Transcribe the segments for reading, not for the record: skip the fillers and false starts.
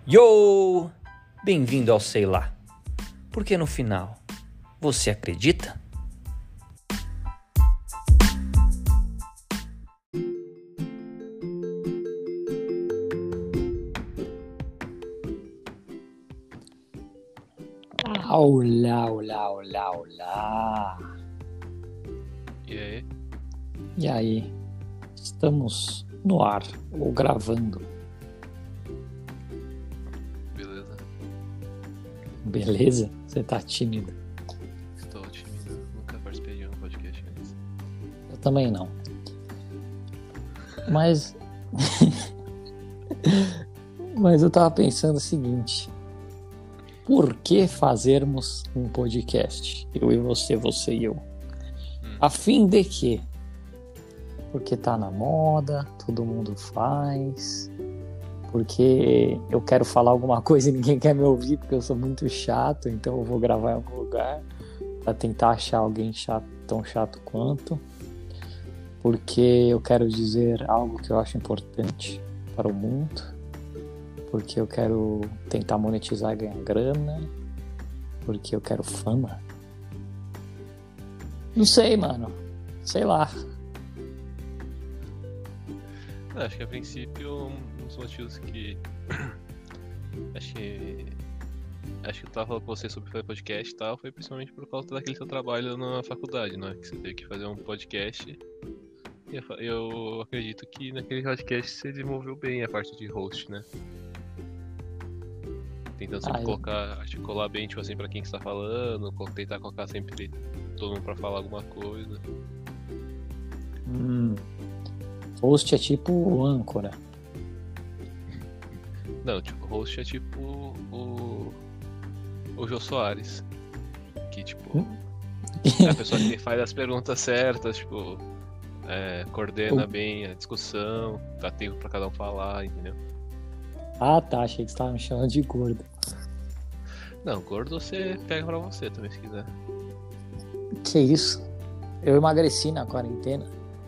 Yo! Bem-vindo ao Sei Lá. Porque no final, você acredita? Olá, olá, olá, olá. E aí? E aí? Estamos no ar, ou gravando. Beleza? Beleza? Você tá tímido? Estou tímido, nunca participei de um podcast antes. Eu também não. Mas... Mas eu tava pensando o seguinte. Por que fazermos um podcast? Eu e você, você e eu. A fim de quê? Porque tá na moda, todo mundo faz. Porque eu quero falar alguma coisa e ninguém quer me ouvir, porque eu sou muito chato, então eu vou gravar em algum lugar pra tentar achar alguém chato, tão chato quanto. Porque eu quero dizer algo que eu acho importante para o mundo. Porque eu quero tentar monetizar e ganhar grana. Porque eu quero fama. Não sei, mano. Sei lá. Acho que a princípio, um dos motivos que... Acho que eu tava falando com você sobre fazer podcast e tal, foi principalmente por causa daquele seu trabalho na faculdade, né? Que você teve que fazer um podcast. E eu acredito que naquele podcast você desenvolveu bem a parte de host, né? Tentando sempre articular bem, tipo assim, pra quem que está falando, tentar colocar sempre todo mundo pra falar alguma coisa. Host é tipo âncora. Não, tipo, host é tipo o Jô Soares. Que, tipo, é a pessoa que faz as perguntas certas, tipo, coordena bem a discussão, dá tempo pra cada um falar, entendeu? Ah, tá. Achei que você tava me chamando de gordo. Não, gordo você pega pra você também, se quiser. Que isso? Eu emagreci na quarentena.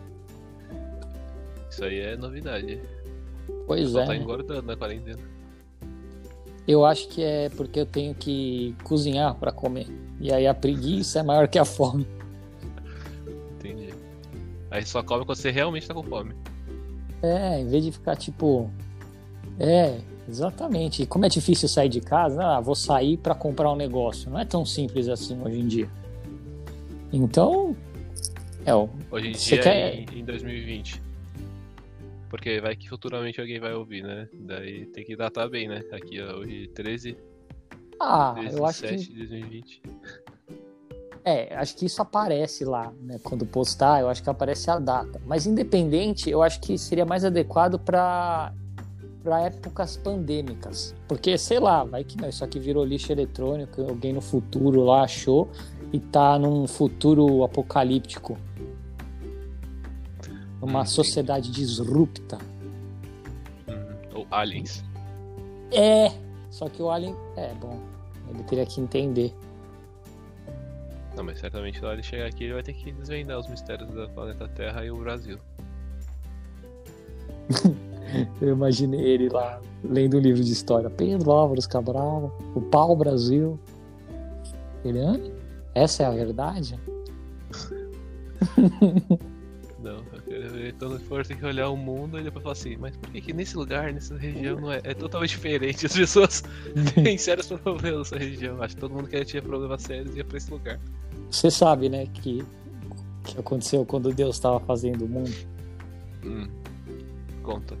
Isso aí é novidade. Pois Só é. tá Né? engordando na quarentena. Eu acho que é porque eu tenho que cozinhar pra comer. E aí a preguiça é maior que a fome. Entendi. Aí só come quando você realmente tá com fome. Em vez de ficar tipo... Exatamente. E como é difícil sair de casa, vou sair pra comprar um negócio. Não é tão simples assim hoje em dia. Então... Hoje em você dia quer... em 2020. Porque vai que futuramente alguém vai ouvir, né? Daí tem que datar bem, né? Aqui hoje 13 eu acho 7 que... de 2020. acho que isso aparece lá, né? Quando postar, eu acho que aparece a data. Mas independente, eu acho que seria mais adequado para épocas pandêmicas. Porque, sei lá, vai que não, isso aqui virou lixo eletrônico, alguém no futuro lá achou e tá num futuro apocalíptico. Uma sociedade disrupta. Ou aliens. Só que o alien... bom, ele teria que entender. Não, mas certamente lá ele chegar aqui ele vai ter que desvendar os mistérios do planeta Terra e o Brasil. Eu imaginei ele lá, lendo um livro de história. Pedro Álvares Cabral, o pau-brasil. Ele, essa é a verdade? Não, eu quero ver quando for ter que olhar o mundo e depois falar assim, mas por que nesse lugar, nessa região, não é totalmente diferente? As pessoas têm sérios problemas nessa região. Acho que todo mundo que tinha problemas sérios ia pra esse lugar. Você sabe, né, que aconteceu quando Deus estava fazendo o mundo? Conta.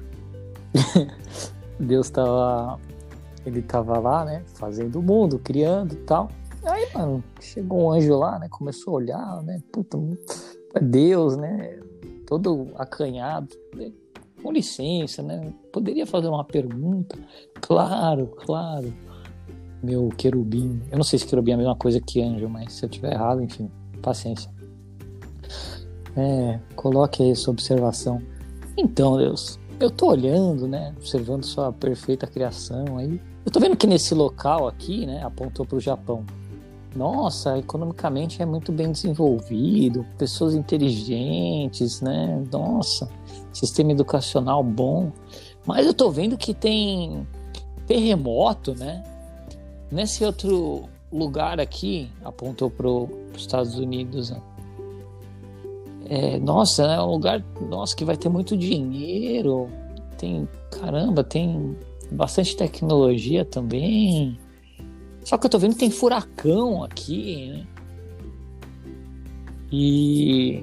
Deus ele tava lá, né, fazendo o mundo, criando e tal. Aí, mano, chegou um anjo lá, né, começou a olhar, né, puta, é Deus, né, todo acanhado, né, com licença, né, poderia fazer uma pergunta? Claro, meu querubim. Eu não sei se querubim é a mesma coisa que anjo, mas se eu tiver errado, enfim, paciência. Coloque aí sua observação. Então, Deus, eu tô olhando, né, observando sua perfeita criação aí. Eu tô vendo que nesse local aqui, né, apontou pro Japão. Nossa, economicamente é muito bem desenvolvido, pessoas inteligentes, né? Nossa, sistema educacional bom. Mas eu tô vendo que tem terremoto, né? Nesse outro lugar aqui, apontou para os Estados Unidos, né? Nossa, é um lugar, nossa, que vai ter muito dinheiro, tem bastante tecnologia também. Só que eu tô vendo que tem furacão aqui, né? E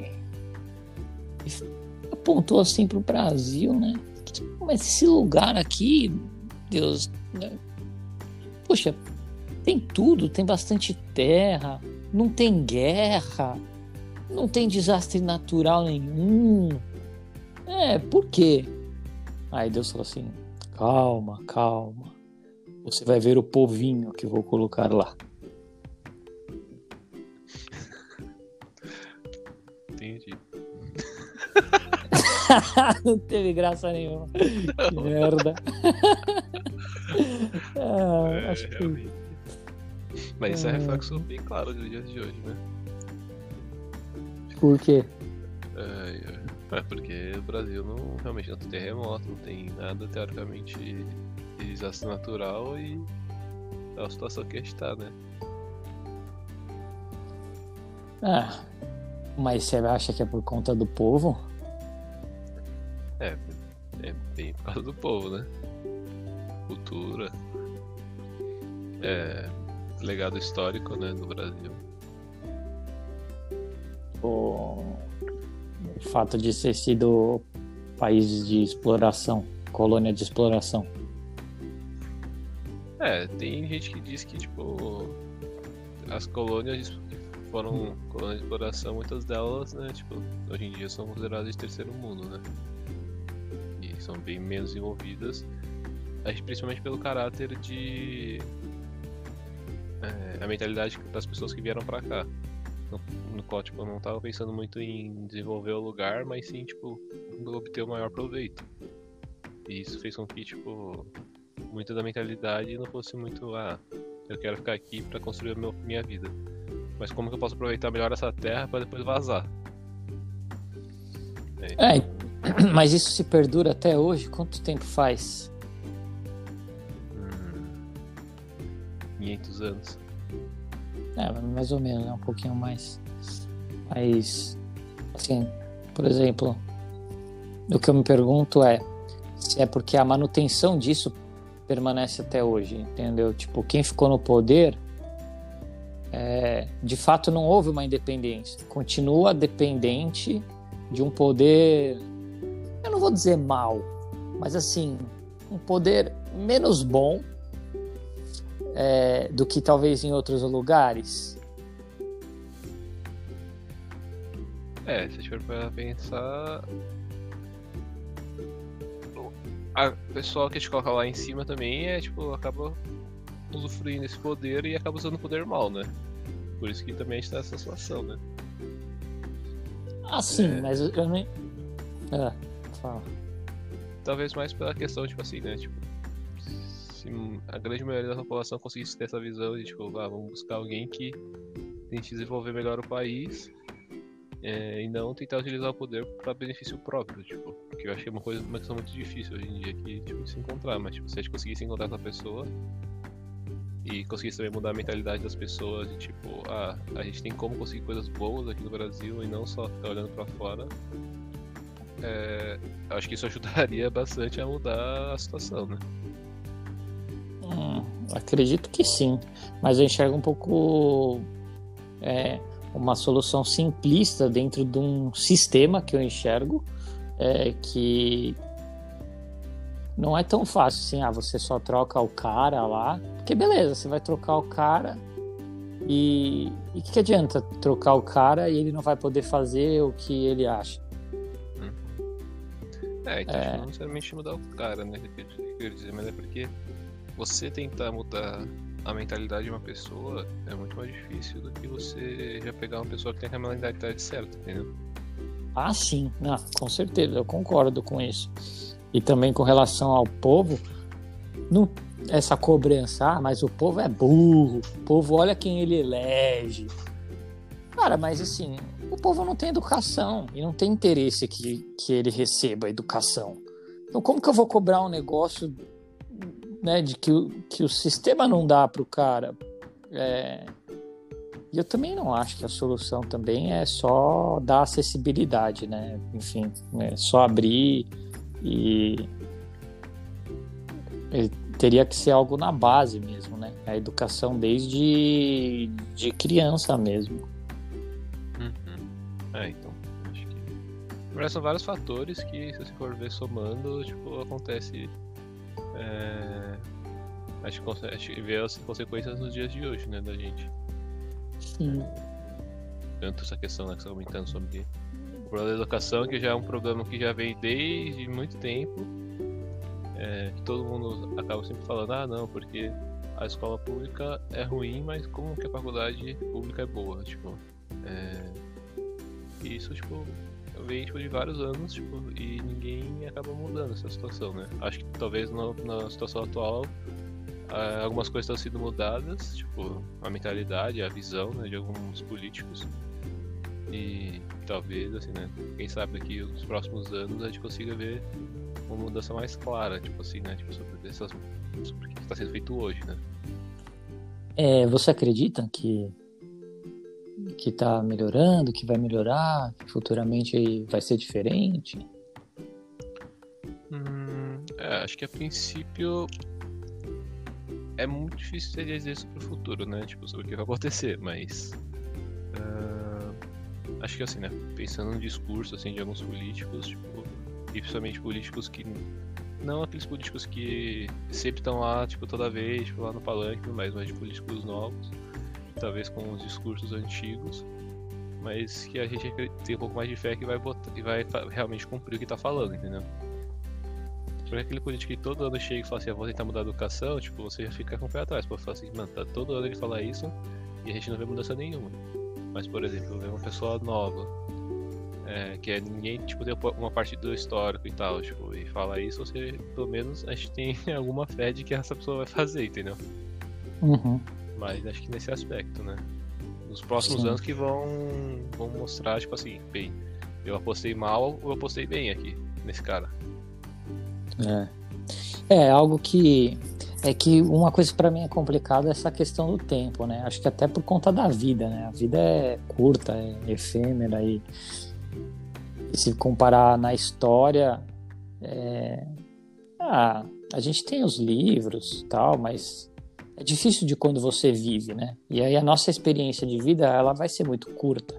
apontou assim pro Brasil, né? Mas esse lugar aqui, Deus, né? Poxa, tem tudo, tem bastante terra, não tem guerra, não tem desastre natural nenhum. Por quê? Aí Deus falou assim: calma, você vai ver o povinho que vou colocar lá. Entendi. Não teve graça nenhuma. Que merda. Acho que... Realmente. Mas isso é reflexo bem claro dos dias de hoje, né? Por quê? Porque o Brasil realmente não tem terremoto, não tem nada teoricamente de desastre natural e é a situação que a gente tá, né? Mas você acha que é por conta do povo? É bem por causa do povo, né? Cultura, legado histórico, né, do Brasil. O fato de ter sido país de exploração, colônia de exploração. Tem gente que diz que, tipo, as colônias foram colônias de exploração, muitas delas, né, tipo, hoje em dia são consideradas de terceiro mundo, né? E são bem menos desenvolvidas, principalmente pelo caráter de... a mentalidade das pessoas que vieram pra cá. No qual, tipo, eu não tava pensando muito em desenvolver o lugar, mas sim, tipo, obter o maior proveito. E isso fez com que, tipo, muita da mentalidade não fosse muito, eu quero ficar aqui pra construir minha vida, mas como que eu posso aproveitar melhor essa terra pra depois vazar? Mas isso se perdura até hoje? Quanto tempo faz? 500 anos. Mais ou menos, um pouquinho mais. Mas, assim, por exemplo, o que eu me pergunto se é porque a manutenção disso permanece até hoje, entendeu? Tipo, quem ficou no poder, de fato não houve uma independência. Continua dependente de um poder, eu não vou dizer mal, mas assim, um poder menos bom do que talvez em outros lugares. Se a gente for pra pensar, a pessoa que a gente coloca lá em cima também tipo, acaba usufruindo desse poder e acaba usando o poder mal, né? Por isso que também a gente tá nessa situação, né? Sim, mas eu nem... fala. Talvez mais pela questão, tipo assim, né? Tipo, se a grande maioria da população conseguisse ter essa visão de, tipo, vamos buscar alguém que tente desenvolver melhor o país e não tentar utilizar o poder para benefício próprio, tipo, porque eu acho que é uma questão muito difícil hoje em dia aqui, tipo, de se encontrar, mas tipo, se a gente conseguisse encontrar essa pessoa e conseguisse também mudar a mentalidade das pessoas de tipo, a gente tem como conseguir coisas boas aqui no Brasil e não só ficar olhando para fora, acho que isso ajudaria bastante a mudar a situação, né? Acredito que sim, mas eu enxergo um pouco uma solução simplista dentro de um sistema que eu enxergo que não é tão fácil assim, você só troca o cara lá, porque beleza, você vai trocar o cara e o que adianta trocar o cara e ele não vai poder fazer o que ele acha? Então não necessariamente mudar o cara, né, que eu quero dizer, mas é porque você tentar mudar a mentalidade de uma pessoa é muito mais difícil do que você já pegar uma pessoa que tem a mentalidade certa, entendeu? Sim, com certeza, eu concordo com isso. E também com relação ao povo, essa cobrança, mas o povo é burro, o povo olha quem ele elege. Cara, mas assim, o povo não tem educação e não tem interesse que ele receba educação. Então como que eu vou cobrar um negócio né, de que o sistema não dá para o cara. E eu também não acho que a solução também é só dar acessibilidade, né? Enfim, é só abrir e teria que ser algo na base mesmo, né? A educação desde de criança mesmo. Então, acho que... Mas são vários fatores que, se você for ver somando, tipo, acontece... Acho que vê as consequências nos dias de hoje, né, da gente. Sim. Tanto essa questão, né, que você está comentando sobre o problema da educação, que já é um problema que já vem desde muito tempo, que todo mundo acaba sempre falando, não, porque a escola pública é ruim, mas como que a faculdade pública é boa, tipo, e isso, tipo, vem tipo, de vários anos, tipo, e ninguém acaba mudando essa situação, né? Acho que talvez na situação atual algumas coisas estão sendo mudadas, tipo, a mentalidade, a visão, né, de alguns políticos. E talvez, assim, né, quem sabe daqui nos próximos anos a gente consiga ver uma mudança mais clara, tipo assim, né, tipo, sobre o que está sendo feito hoje, né. Você acredita que tá melhorando, que vai melhorar, que futuramente vai ser diferente? Acho que a princípio é muito difícil você dizer sobre o futuro, né? Tipo, sobre o que vai acontecer, mas acho que assim, né? Pensando no discurso assim, de alguns políticos, tipo, e principalmente políticos que não aqueles políticos que sempre estão lá, tipo, toda vez, tipo, lá no palanque, mas de políticos novos, talvez com os discursos antigos, mas que a gente tem um pouco mais de fé que vai realmente cumprir o que tá falando, entendeu? Porque aquele político que todo ano chega e fala assim, vou tentar mudar a educação, tipo, você já fica com o pé atrás, pode falar assim, mano, tá todo ano ele fala isso e a gente não vê mudança nenhuma. Mas, por exemplo, ver uma pessoa nova, que ninguém, tipo, deu uma parte do histórico e tal, tipo, e fala isso, você, pelo menos, a gente tem alguma fé de que essa pessoa vai fazer, entendeu? Uhum. Mas acho que nesse aspecto, né? Nos próximos anos que vão mostrar, tipo assim, bem, eu apostei mal ou eu apostei bem aqui, nesse cara. Algo que uma coisa para mim é complicada é essa questão do tempo, né? Acho que até por conta da vida, né? A vida é curta, é efêmera e se comparar na história, a gente tem os livros, tal, mas é difícil de quando você vive, né? E aí a nossa experiência de vida ela vai ser muito curta.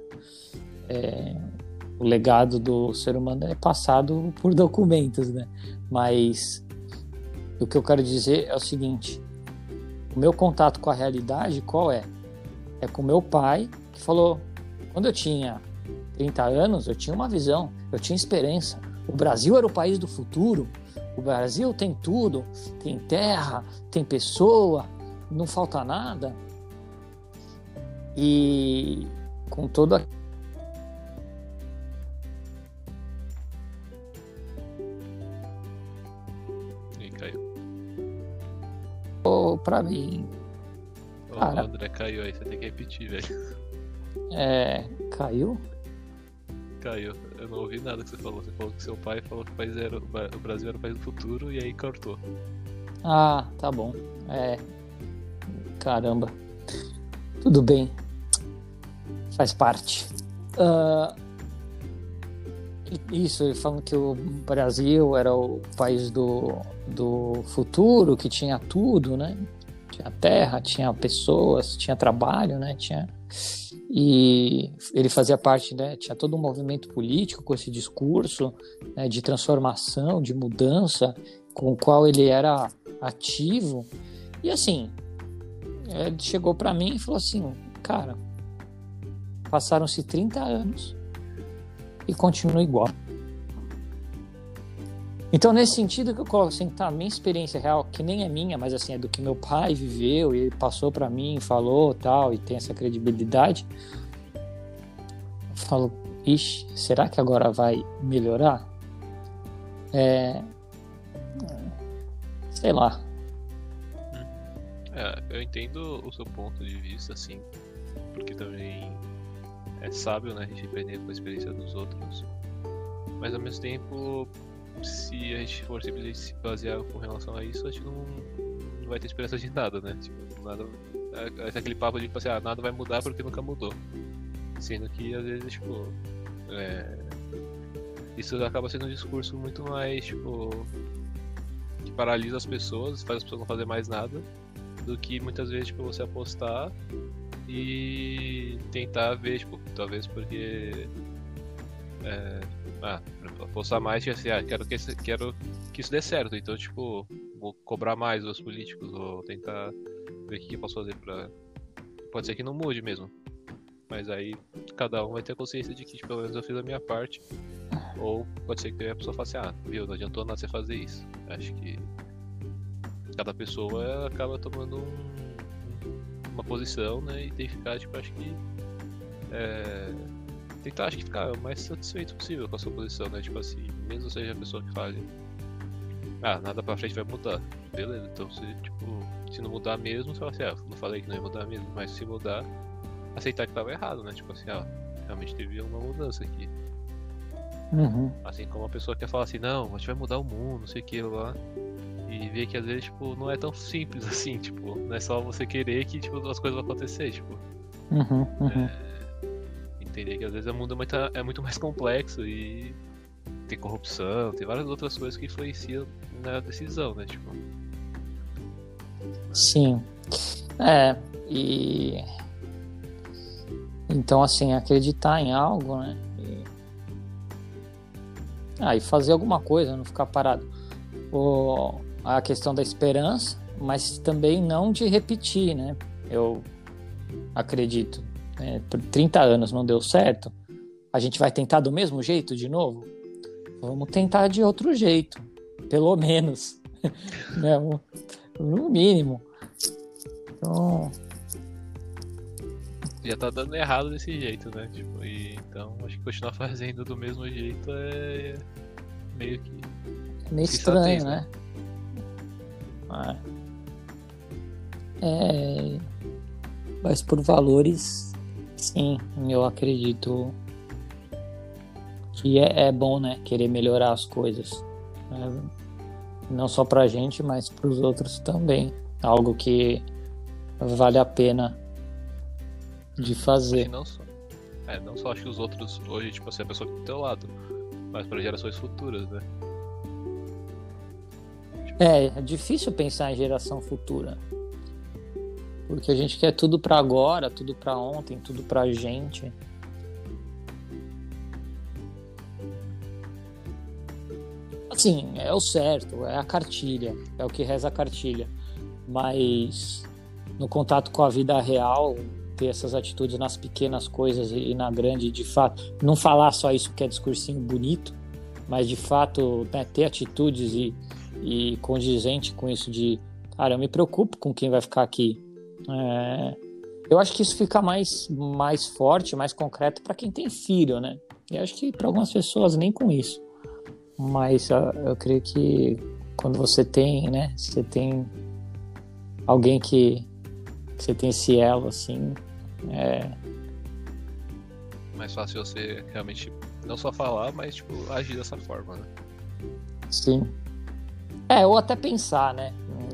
O legado do ser humano é passado por documentos, né? Mas o que eu quero dizer é o seguinte: o meu contato com a realidade qual é? É com meu pai, que falou, quando eu tinha 30 anos, eu tinha uma visão, eu tinha esperança. O Brasil era o país do futuro, o Brasil tem tudo, tem terra, tem pessoa, não falta nada. E com toda pra mim. Cara, o André caiu aí, você tem que repetir, velho. Caiu? Caiu. Eu não ouvi nada que você falou. Você falou que seu pai falou que o Brasil era o país do futuro e aí cortou. Ah, tá bom. Caramba. Tudo bem. Faz parte. Isso, ele falando que o Brasil era o país do futuro, que tinha tudo, né? Tinha terra, tinha pessoas, tinha trabalho, né? E ele fazia parte, né? Tinha todo um movimento político com esse discurso, né, de transformação, de mudança, com o qual ele era ativo. E assim, ele chegou para mim e falou assim, cara, passaram-se 30 anos e continua igual. Então, nesse sentido que eu coloco assim, tá, minha experiência real, que nem é minha, mas assim, é do que meu pai viveu e ele passou pra mim, falou, tal, e tem essa credibilidade, eu falo, ixi, será que agora vai melhorar? Sei lá. Eu entendo o seu ponto de vista, assim, porque também é sábio, né, a gente aprender com a experiência dos outros, mas ao mesmo tempo, se a gente for simplesmente se basear com relação a isso, a gente não vai ter esperança de nada, né? Tipo, nada. É aquele papo de tipo assim, nada vai mudar porque nunca mudou. Sendo que às vezes, tipo. Isso acaba sendo um discurso muito mais, tipo. Que paralisa as pessoas, faz as pessoas não fazer mais nada. Do que muitas vezes, tipo, você apostar e tentar ver, tipo, talvez porque. Apostar mais e assim, quero que isso dê certo, então, tipo, vou cobrar mais dos políticos, vou tentar ver o que eu posso fazer pra. Pode ser que não mude mesmo, mas aí cada um vai ter consciência de que, tipo, pelo menos eu fiz a minha parte, ou pode ser que a pessoa fale assim, viu, não adiantou nada você fazer isso. Acho que cada pessoa acaba tomando uma posição, né, e tem que ficar, tipo, acho que tentar, acho que ficar o mais satisfeito possível com a sua posição, né? Tipo assim, mesmo seja a pessoa que fale nada pra frente vai mudar. Beleza, então se não mudar mesmo, você fala assim, não falei que não ia mudar mesmo, mas se mudar, aceitar que tava errado, né? Tipo assim, realmente teve uma mudança aqui. Uhum. Assim como a pessoa quer falar assim, não, a gente vai mudar o mundo, não sei o que lá. E ver que às vezes, tipo, não é tão simples assim, tipo, não é só você querer que, tipo, as coisas vão acontecer, tipo. Uhum. Entender que às vezes o mundo é muito mais complexo e tem corrupção, tem várias outras coisas que influenciam na decisão, né? Tipo. Sim. E então, assim, acreditar em algo, né? E fazer alguma coisa, não ficar parado. A questão da esperança, mas também não de repetir, né? Eu acredito. Por 30 anos não deu certo, a gente vai tentar do mesmo jeito de novo? Vamos tentar de outro jeito, pelo menos, né? No mínimo. Então... Já tá dando errado desse jeito, né? Tipo, então acho que continuar fazendo do mesmo jeito é meio que... meio estranho, né? Mas por valores, sim, eu acredito que é bom, né? Querer melhorar as coisas, né? Não só pra gente, mas pros outros também. Algo que vale a pena de fazer. Não só acho que os outros hoje, tipo assim, a pessoa que tá do teu lado, mas para gerações futuras, né? É difícil pensar em geração futura, porque a gente quer tudo pra agora, tudo pra ontem, tudo pra gente. Assim, é o certo, é a cartilha, é o que reza a cartilha, mas no contato com a vida real, ter essas atitudes nas pequenas coisas e na grande, de fato, não falar só isso que é discursinho bonito, mas de fato, né, ter atitudes e condizente com isso de, cara, eu me preocupo com quem vai ficar aqui. Eu acho que isso fica mais forte, mais concreto para quem tem filho, né? Eu acho que para algumas pessoas nem com isso, mas eu creio que quando você tem, né, você tem alguém que você tem esse elo, assim, mais fácil você realmente não só falar, mas tipo, agir dessa forma, né? Sim. Ou até pensar, né?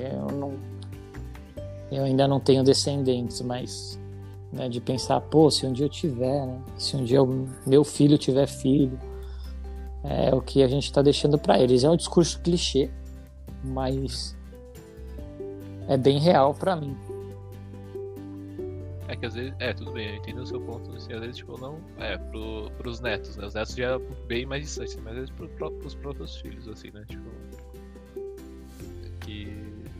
Eu ainda não tenho descendentes, mas, né, de pensar, se um dia eu tiver, né? Se um dia meu filho tiver filho, é o que a gente está deixando para eles. É um discurso clichê, mas é bem real para mim. É que às vezes, tudo bem, eu entendo o seu ponto, assim, às vezes, tipo, não, pros netos, né, os netos já é bem mais distantes, mas às vezes pros próprios filhos, assim, né, tipo, que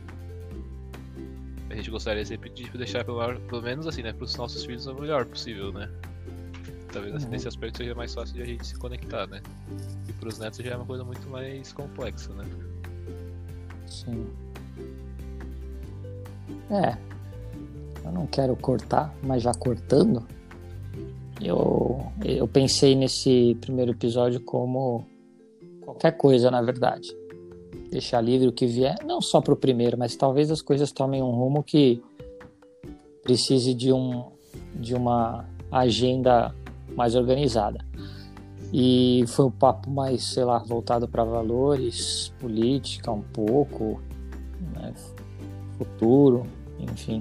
a gente gostaria sempre de deixar pelo menos, assim, né, pros nossos filhos o melhor possível, né, talvez, assim, nesse aspecto seja mais fácil de a gente se conectar, né, e pros netos já é uma coisa muito mais complexa, né. Sim. Eu não quero cortar, mas já cortando, eu pensei nesse primeiro episódio como qualquer coisa, na verdade. Deixar livre o que vier, não só pro primeiro, mas talvez as coisas tomem um rumo que precise de uma agenda mais organizada. E foi um papo mais, sei lá, voltado para valores, política um pouco, né? futuro, enfim.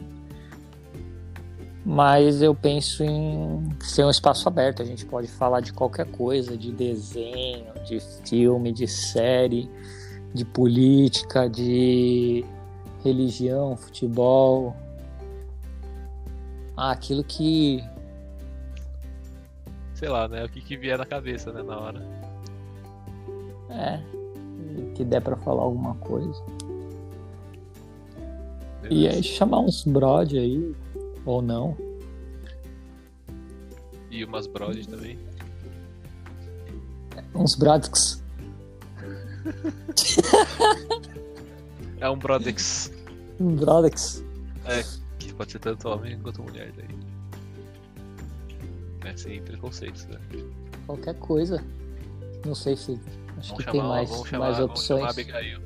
Mas eu penso em ser um espaço aberto. A gente pode falar de qualquer coisa, de desenho, de filme, de série, de política, de religião, futebol. Aquilo que... Sei lá, né? O que vier na cabeça, né? Na hora. que der pra falar alguma coisa. Beleza. E aí chamar uns brode aí, ou não. E umas brode também. Uns brodex. É um brodex. Um brodex. Que pode ser tanto homem quanto mulher daí. Sem preconceitos, né? Qualquer coisa. Não sei se... Acho que tem mais Vamos chamar opções. a Abigail.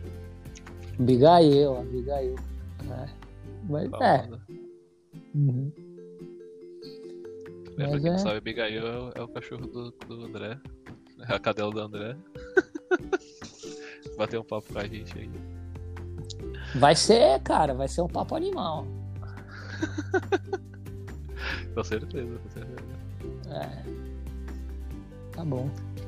Abigail. Mas Famosa. Uhum. Pra Mas quem não sabe, Abigail é o cachorro do André. É a cadela do André. Bater um papo com a gente aí. Vai ser um papo animal. Com certeza. Tá bom.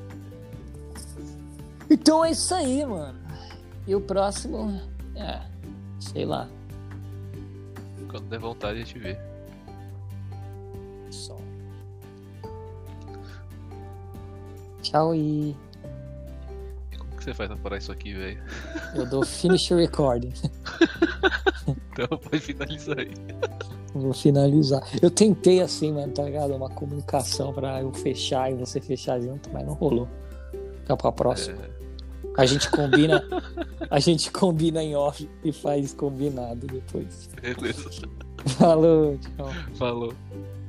Então é isso aí, mano. E o próximo, sei lá. Quando der vontade a gente vê. Só. Tchau e... Como que você faz pra parar isso aqui, velho? Eu dou finish recording. Então pode finalizar aí. Vou finalizar. Eu tentei assim, mano, tá ligado? Uma comunicação pra eu fechar e você fechar junto, mas não rolou. Fica pra próxima. A gente combina em off e faz combinado depois. Beleza. Falou, tchau. Falou.